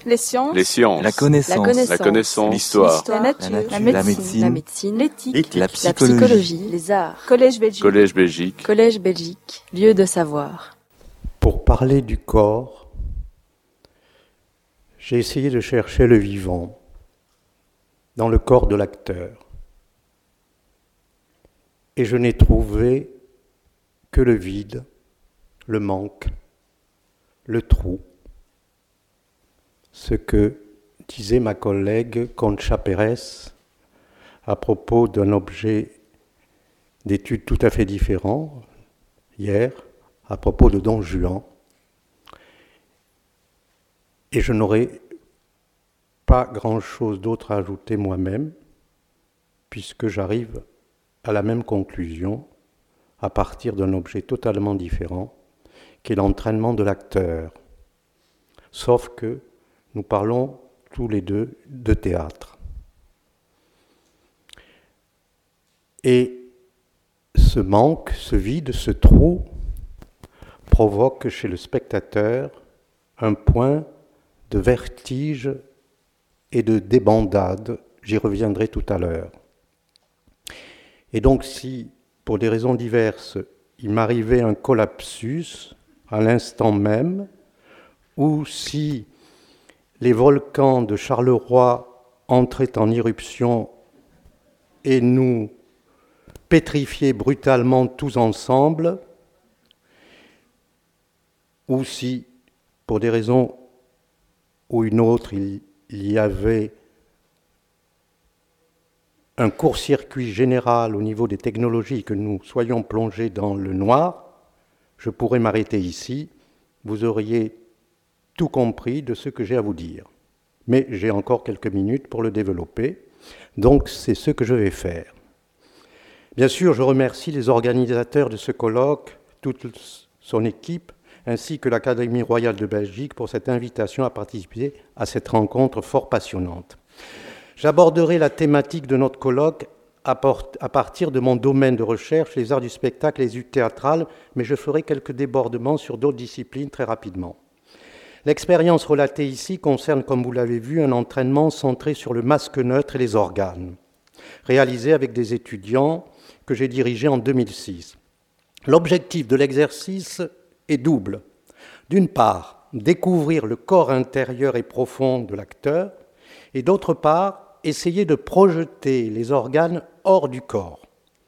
Les sciences. La connaissance. L'histoire. La nature. La médecine. L'éthique. La La psychologie. psychologie. Les arts. Collège Belgique. Collège Belgique. Lieu de savoir. Pour parler du corps, j'ai essayé de chercher le vivant dans le corps de l'acteur. Et je n'ai trouvé que le vide, le manque, le trou. Ce que disait ma collègue Concha Pérez à propos d'un objet d'étude tout à fait différent, hier, à propos de Don Juan. Et je n'aurai pas grand-chose d'autre à ajouter moi-même, puisque j'arrive à la même conclusion à partir d'un objet totalement différent, qui est l'entraînement de l'acteur. Sauf que nous parlons tous les deux de théâtre. Et ce manque, ce vide, ce trou provoque chez le spectateur un point de vertige et de débandade. J'y reviendrai tout à l'heure. Et donc si, pour des raisons diverses, il m'arrivait un collapsus à l'instant même, ou si les volcans de Charleroi entraient en éruption et nous pétrifiaient brutalement tous ensemble, ou si, pour des raisons ou une autre, il y avait un court-circuit général au niveau des technologies, que nous soyons plongés dans le noir, je pourrais m'arrêter ici, vous auriez tout compris de ce que j'ai à vous dire. Mais j'ai encore quelques minutes pour le développer, donc c'est ce que je vais faire. Bien sûr, je remercie les organisateurs de ce colloque, toute son équipe, ainsi que l'Académie royale de Belgique pour cette invitation à participer à cette rencontre fort passionnante. J'aborderai la thématique de notre colloque à partir de mon domaine de recherche, les arts du spectacle et les arts théâtrales, mais je ferai quelques débordements sur d'autres disciplines très rapidement. L'expérience relatée ici concerne, comme vous l'avez vu, un entraînement centré sur le masque neutre et les organes, réalisé avec des étudiants que j'ai dirigés en 2006. L'objectif de l'exercice est double. D'une part, découvrir le corps intérieur et profond de l'acteur, et d'autre part, essayer de projeter les organes hors du corps.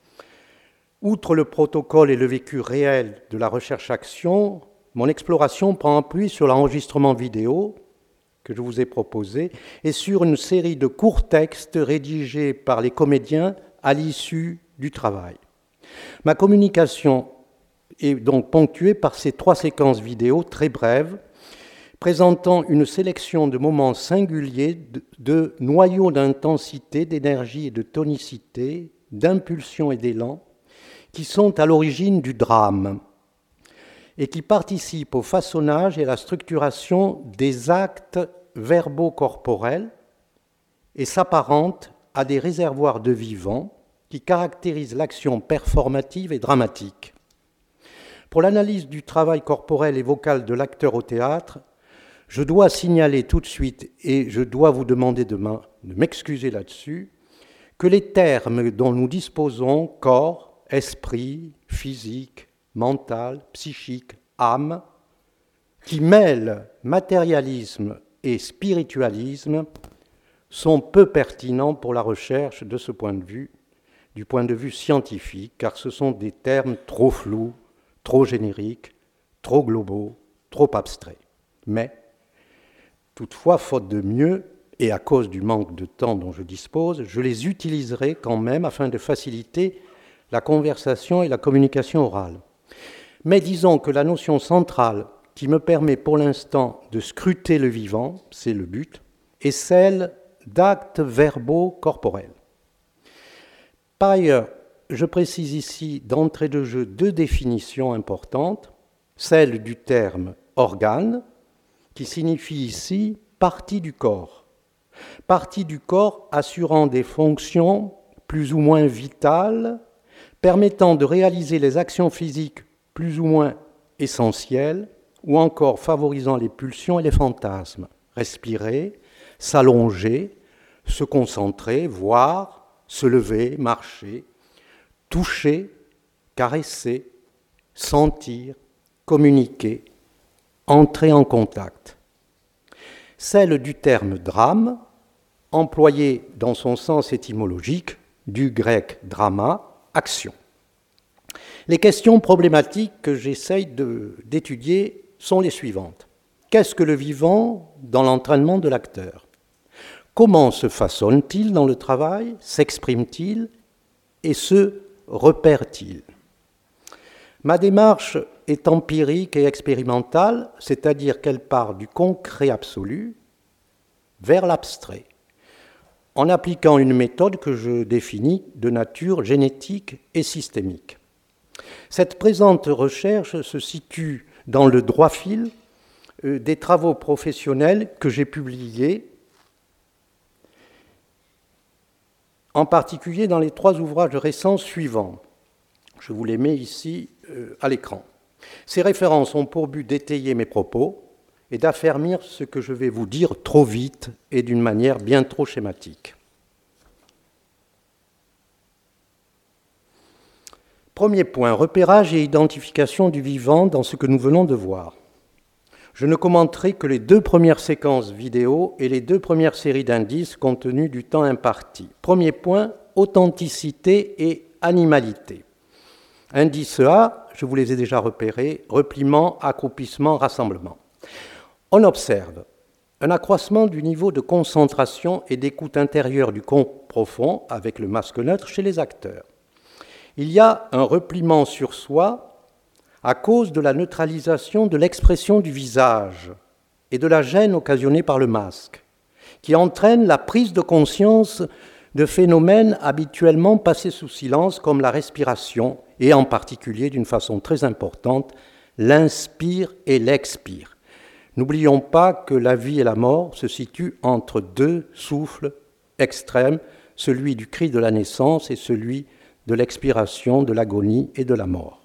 Outre le protocole et le vécu réel de la recherche-action, mon exploration prend appui sur l'enregistrement vidéo que je vous ai proposé et sur une série de courts textes rédigés par les comédiens à l'issue du travail. Ma communication est donc ponctuée par ces 3 séquences vidéo très brèves, présentant une sélection de moments singuliers, de noyaux d'intensité, d'énergie et de tonicité, d'impulsion et d'élan, qui sont à l'origine du drame et qui participent au façonnage et à la structuration des actes verbo-corporels et s'apparentent à des réservoirs de vivant qui caractérisent l'action performative et dramatique. Pour l'analyse du travail corporel et vocal de l'acteur au théâtre, je dois signaler tout de suite, et je dois vous demander de m'excuser là-dessus, que les termes dont nous disposons, corps, esprit, physique, mental, psychique, âme, qui mêlent matérialisme et spiritualisme, sont peu pertinents pour la recherche de ce point de vue, du point de vue scientifique, car ce sont des termes trop flous, trop génériques, trop globaux, trop abstraits. Mais toutefois, faute de mieux, et à cause du manque de temps dont je dispose, je les utiliserai quand même afin de faciliter la conversation et la communication orale. Mais disons que la notion centrale qui me permet pour l'instant de scruter le vivant, c'est le but, est celle d'actes verbaux corporels. Par ailleurs, je précise ici d'entrée de jeu 2 définitions importantes, celle du terme organe, qui signifie ici partie du corps. Partie du corps assurant des fonctions plus ou moins vitales, permettant de réaliser les actions physiques plus ou moins essentielles, ou encore favorisant les pulsions et les fantasmes, respirer, s'allonger, se concentrer, voir, se lever, marcher, toucher, caresser, sentir, communiquer, entrer en contact. Celle du terme drame, employé dans son sens étymologique, du grec drama, action. Les questions problématiques que j'essaye d'étudier sont les suivantes. Qu'est-ce que le vivant dans l'entraînement de l'acteur? Comment se façonne-t-il dans le travail, s'exprime-t-il et se repère-t-il? Ma démarche est empirique et expérimentale, c'est-à-dire qu'elle part du concret absolu vers l'abstrait, en appliquant une méthode que je définis de nature génétique et systémique. Cette présente recherche se situe dans le droit fil des travaux professionnels que j'ai publiés, en particulier dans les 3 ouvrages récents suivants. Je vous les mets ici à l'écran. Ces références ont pour but d'étayer mes propos et d'affermir ce que je vais vous dire trop vite et d'une manière bien trop schématique. Premier point, repérage et identification du vivant dans ce que nous venons de voir. Je ne commenterai que les 2 premières séquences vidéo et les 2 premières séries d'indices compte tenu du temps imparti. Premier point, authenticité et animalité. Indice A, je vous les ai déjà repérés, repliement, accroupissement, rassemblement. On observe un accroissement du niveau de concentration et d'écoute intérieure du compte profond avec le masque neutre chez les acteurs. Il y a un repliement sur soi à cause de la neutralisation de l'expression du visage et de la gêne occasionnée par le masque, qui entraîne la prise de conscience de phénomènes habituellement passés sous silence comme la respiration et en particulier, d'une façon très importante, l'inspire et l'expire. N'oublions pas que la vie et la mort se situent entre 2 souffles extrêmes, celui du cri de la naissance et celui de l'expiration, de l'agonie et de la mort.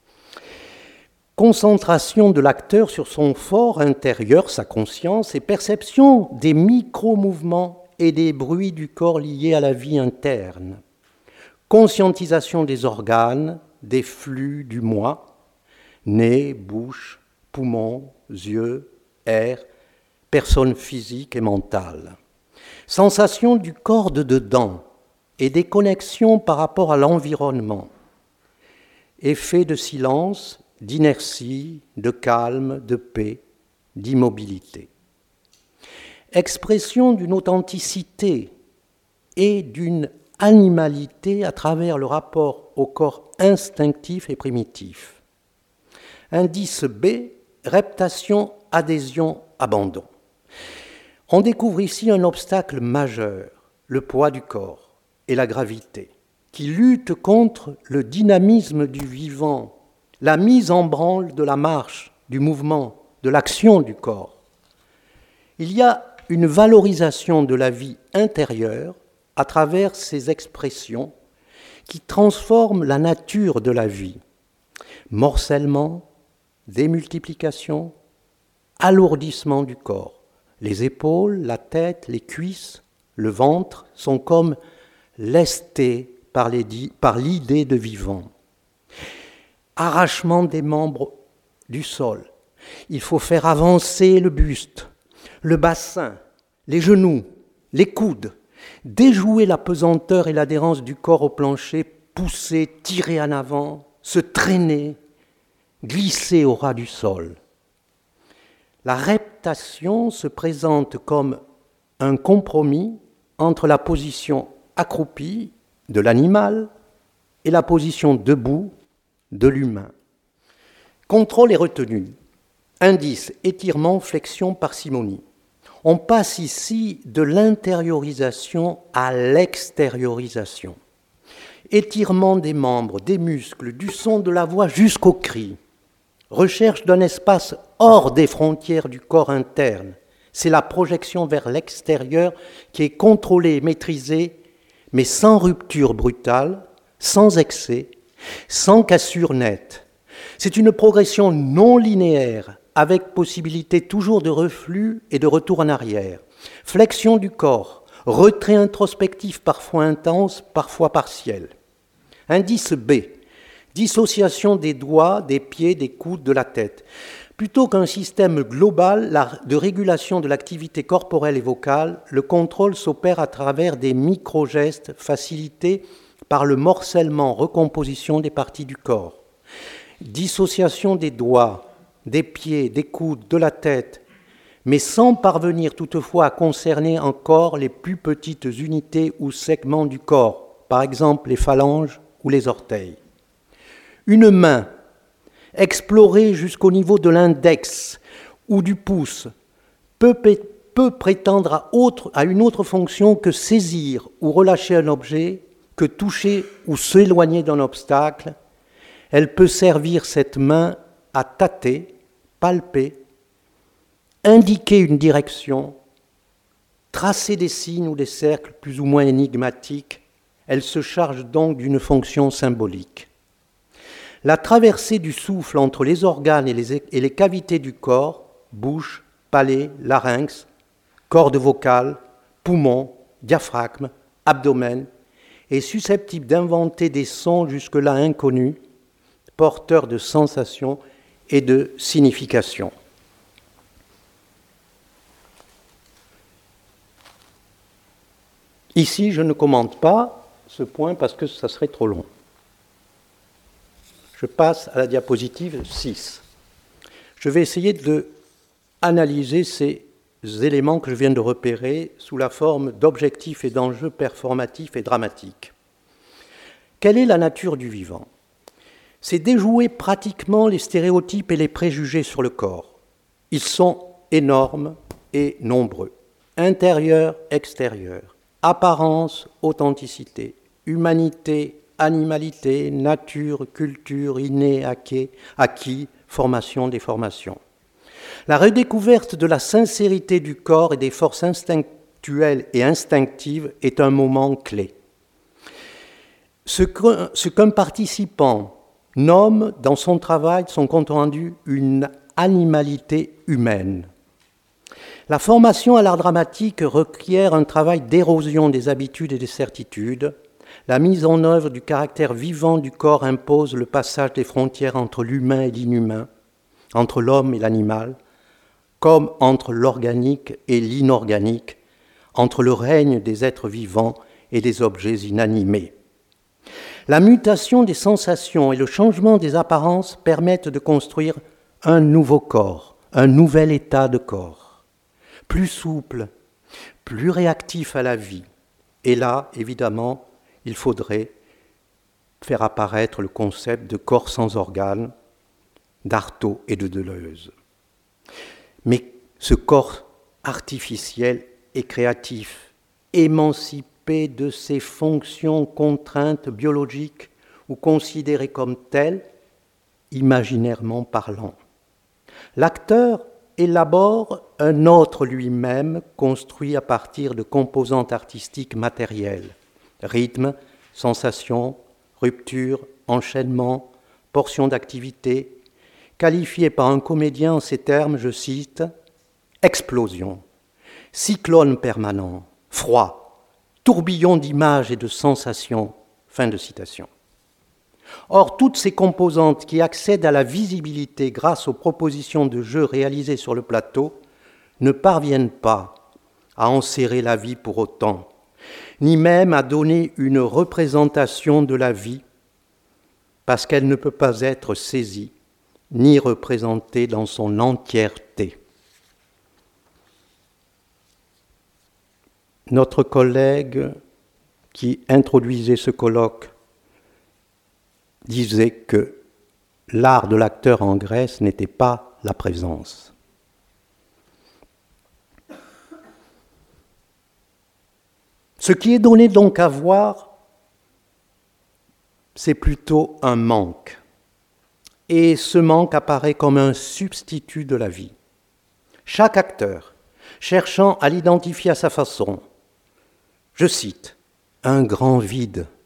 Concentration de l'acteur sur son fort intérieur, sa conscience, et perception des micro-mouvements et des bruits du corps liés à la vie interne. Conscientisation des organes, des flux du moi, nez, bouche, poumons, yeux, air, personne physique et mentale. Sensation du corps de dedans et des connexions par rapport à l'environnement. Effet de silence, d'inertie, de calme, de paix, d'immobilité. Expression d'une authenticité et d'une animalité à travers le rapport au corps instinctif et primitif. Indice B, reptation, adhésion, abandon. On découvre ici un obstacle majeur, le poids du corps et la gravité, qui luttent contre le dynamisme du vivant, la mise en branle de la marche, du mouvement, de l'action du corps. Il y a une valorisation de la vie intérieure à travers ces expressions qui transforment la nature de la vie. Morcellement, démultiplication, alourdissement du corps. Les épaules, la tête, les cuisses, le ventre sont comme lestés par l'idée de vivant. Arrachement des membres du sol. Il faut faire avancer le buste, le bassin, les genoux, les coudes, déjouer la pesanteur et l'adhérence du corps au plancher, pousser, tirer en avant, se traîner, glisser au ras du sol. La reptation se présente comme un compromis entre la position accroupie de l'animal et la position debout de l'humain. Contrôle et retenue. Indice, étirement, flexion, parcimonie. On passe ici de l'intériorisation à l'extériorisation. Étirement des membres, des muscles, du son de la voix jusqu'au cri. Recherche d'un espace hors des frontières du corps interne. C'est la projection vers l'extérieur qui est contrôlée, maîtrisée, mais sans rupture brutale, sans excès, sans cassure nette. C'est une progression non linéaire avec possibilité toujours de reflux et de retour en arrière. Flexion du corps, retrait introspectif parfois intense, parfois partiel. Indice B, dissociation des doigts, des pieds, des coudes, de la tête. Plutôt qu'un système global de régulation de l'activité corporelle et vocale, le contrôle s'opère à travers des micro-gestes facilités par le morcellement, recomposition des parties du corps. Dissociation des doigts, des pieds, des coudes, de la tête, mais sans parvenir toutefois à concerner encore les plus petites unités ou segments du corps, par exemple les phalanges ou les orteils. Une main, explorée jusqu'au niveau de l'index ou du pouce, peut prétendre à une autre fonction que saisir ou relâcher un objet, que toucher ou s'éloigner d'un obstacle. Elle peut servir cette main à tâter, palper, indiquer une direction, tracer des signes ou des cercles plus ou moins énigmatiques. Elle se charge donc d'une fonction symbolique. La traversée du souffle entre les organes et les cavités du corps, bouche, palais, larynx, corde vocale, poumons, diaphragme, abdomen, est susceptible d'inventer des sons jusque-là inconnus, porteurs de sensations et de significations. Ici, je ne commente pas ce point parce que ça serait trop long. Je passe à la diapositive 6. Je vais essayer d'analyser ces éléments que je viens de repérer sous la forme d'objectifs et d'enjeux performatifs et dramatiques. Quelle est la nature du vivant ? C'est déjouer pratiquement les stéréotypes et les préjugés sur le corps. Ils sont énormes et nombreux. Intérieur, extérieur, apparence, authenticité, humanité, animalité, nature, culture, inné, acquis, formation, déformation. La redécouverte de la sincérité du corps et des forces instinctuelles et instinctives est un moment clé. Ce qu'un participant nomme dans son travail, son compte-rendu, une animalité humaine. La formation à l'art dramatique requiert un travail d'érosion des habitudes et des certitudes. La mise en œuvre du caractère vivant du corps impose le passage des frontières entre l'humain et l'inhumain, entre l'homme et l'animal, comme entre l'organique et l'inorganique, entre le règne des êtres vivants et des objets inanimés. La mutation des sensations et le changement des apparences permettent de construire un nouveau corps, un nouvel état de corps, plus souple, plus réactif à la vie. Et là, évidemment, il faudrait faire apparaître le concept de corps sans organes d'Artaud et de Deleuze. Mais ce corps artificiel et créatif, émancipé de ses fonctions contraintes biologiques ou considéré comme tel, imaginairement parlant. L'acteur élabore un autre lui-même construit à partir de composantes artistiques matérielles, rythme, sensation, rupture, enchaînement, portion d'activité, qualifié par un comédien en ces termes, je cite, « explosion, cyclone permanent, froid, tourbillon d'images et de sensations », fin de citation. Or, toutes ces composantes qui accèdent à la visibilité grâce aux propositions de jeu réalisées sur le plateau ne parviennent pas à enserrer la vie pour autant, ni même à donner une représentation de la vie, parce qu'elle ne peut pas être saisie ni représentée dans son entièreté. Notre collègue qui introduisait ce colloque disait que l'art de l'acteur en Grèce n'était pas la présence. Ce qui est donné donc à voir, c'est plutôt un manque. Et ce manque apparaît comme un substitut de la vie. Chaque acteur, cherchant à l'identifier à sa façon, je cite, « un grand vide »,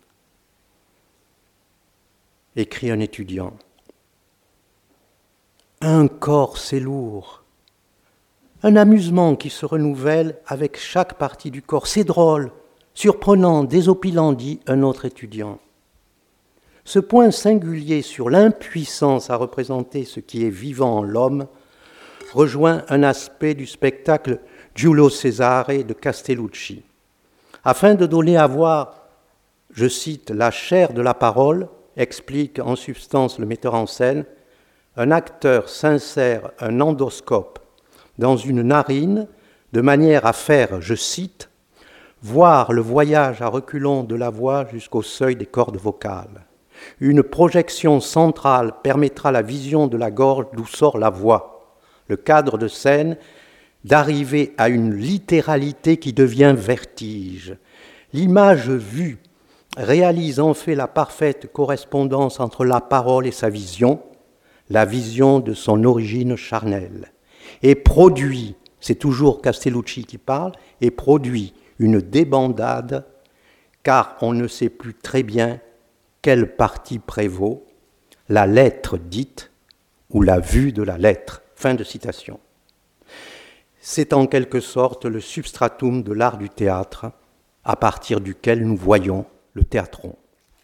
écrit un étudiant. Un corps, c'est lourd. Un amusement qui se renouvelle avec chaque partie du corps. C'est drôle, surprenant, désopilant, dit un autre étudiant. Ce point singulier sur l'impuissance à représenter ce qui est vivant en l'homme rejoint un aspect du spectacle Giulio Cesare de Castellucci. Afin de donner à voir, je cite, la chair de la parole, explique en substance le metteur en scène, un acteur s'insère un endoscope dans une narine de manière à faire, je cite, voir le voyage à reculons de la voix jusqu'au seuil des cordes vocales. Une projection centrale permettra la vision de la gorge d'où sort la voix. Le cadre de scène d'arriver à une littéralité qui devient vertige. L'image vue réalise en fait la parfaite correspondance entre la parole et sa vision, la vision de son origine charnelle, et produit, c'est toujours Castellucci qui parle, et produit une débandade, car on ne sait plus très bien quelle partie prévaut, la lettre dite ou la vue de la lettre. Fin de citation. C'est en quelque sorte le substratum de l'art du théâtre, à partir duquel nous voyons le théâtron.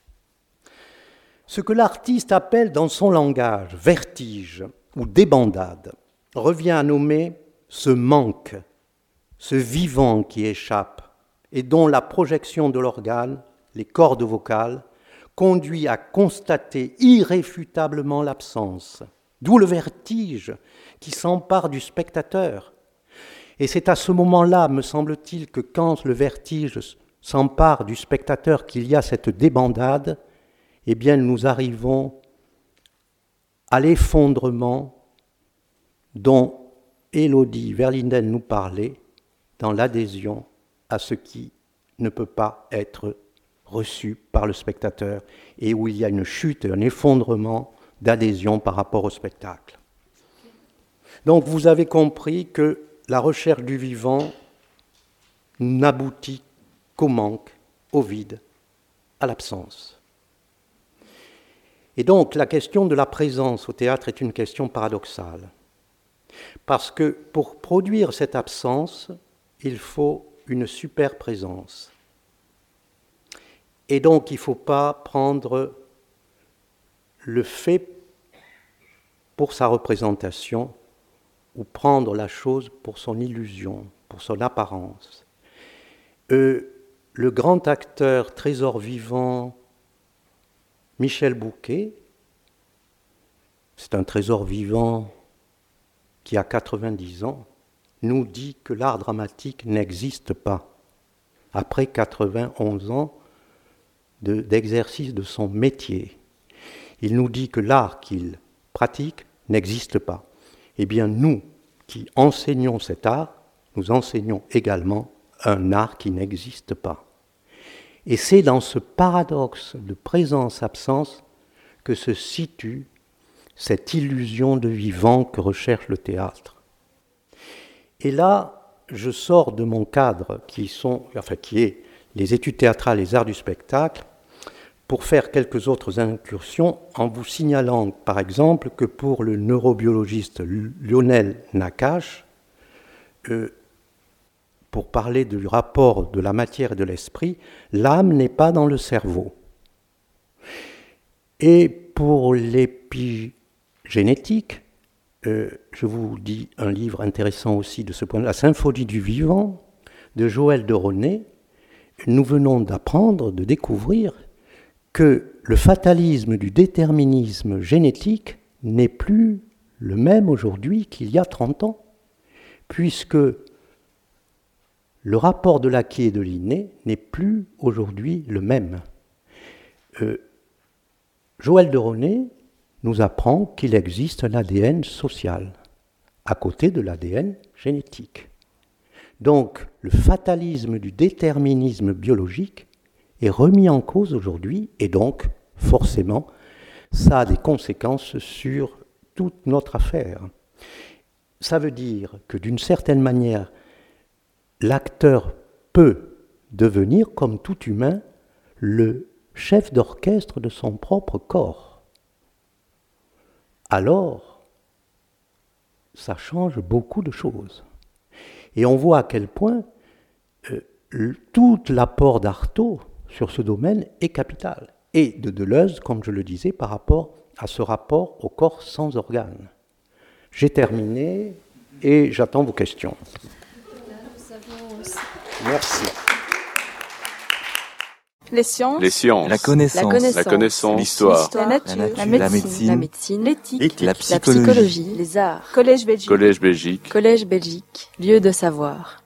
Ce que l'artiste appelle dans son langage vertige ou débandade revient à nommer ce manque, ce vivant qui échappe et dont la projection de l'organe, les cordes vocales, conduit à constater irréfutablement l'absence, d'où le vertige qui s'empare du spectateur. Et c'est à ce moment-là, me semble-t-il, que quand le vertige s'empare du spectateur qu'il y a cette débandade, eh bien nous arrivons à l'effondrement dont Élodie Verlinden nous parlait dans l'adhésion à ce qui ne peut pas être reçu par le spectateur et où il y a une chute, un effondrement d'adhésion par rapport au spectacle. Donc vous avez compris que la recherche du vivant n'aboutit qu'au manque, au vide, à l'absence. Et donc la question de la présence au théâtre est une question paradoxale. Parce que pour produire cette absence, il faut une super présence. Et donc il ne faut pas prendre le fait pour sa représentation ou prendre la chose pour son illusion, pour son apparence. Le grand acteur trésor vivant Michel Bouquet, c'est un trésor vivant qui a 90 ans, nous dit que l'art dramatique n'existe pas. Après 91 ans d'exercice de son métier, il nous dit que l'art qu'il pratique n'existe pas. Eh bien, nous qui enseignons cet art, nous enseignons également un art qui n'existe pas. Et c'est dans ce paradoxe de présence-absence que se situe cette illusion de vivant que recherche le théâtre. Et là, je sors de mon cadre qui est les études théâtrales et les arts du spectacle, pour faire quelques autres incursions en vous signalant, par exemple, que pour le neurobiologiste Lionel Nakache, pour parler du rapport de la matière et de l'esprit, l'âme n'est pas dans le cerveau. Et pour l'épigénétique, je vous dis un livre intéressant aussi de ce point de vue, La symphonie du vivant, de Joël de René. Nous venons d'apprendre, de découvrir que le fatalisme du déterminisme génétique n'est plus le même aujourd'hui qu'il y a 30 ans, puisque le rapport de l'acquis et de l'inné n'est plus aujourd'hui le même. Joël de René nous apprend qu'il existe un ADN social à côté de l'ADN génétique. Donc, le fatalisme du déterminisme biologique est remis en cause aujourd'hui et donc, forcément, ça a des conséquences sur toute notre affaire. Ça veut dire que d'une certaine manière, l'acteur peut devenir, comme tout humain, le chef d'orchestre de son propre corps. Alors, ça change beaucoup de choses. Et on voit à quel point tout l'apport d'Artaud sur ce domaine est capital. Et de Deleuze, comme je le disais, par rapport à ce rapport au corps sans organes. J'ai terminé et j'attends vos questions. Merci. Les sciences, la connaissance, l'histoire, la nature, la médecine, l'éthique, la psychologie, les arts, Collège Belgique, Collège Belgique, lieu de savoir.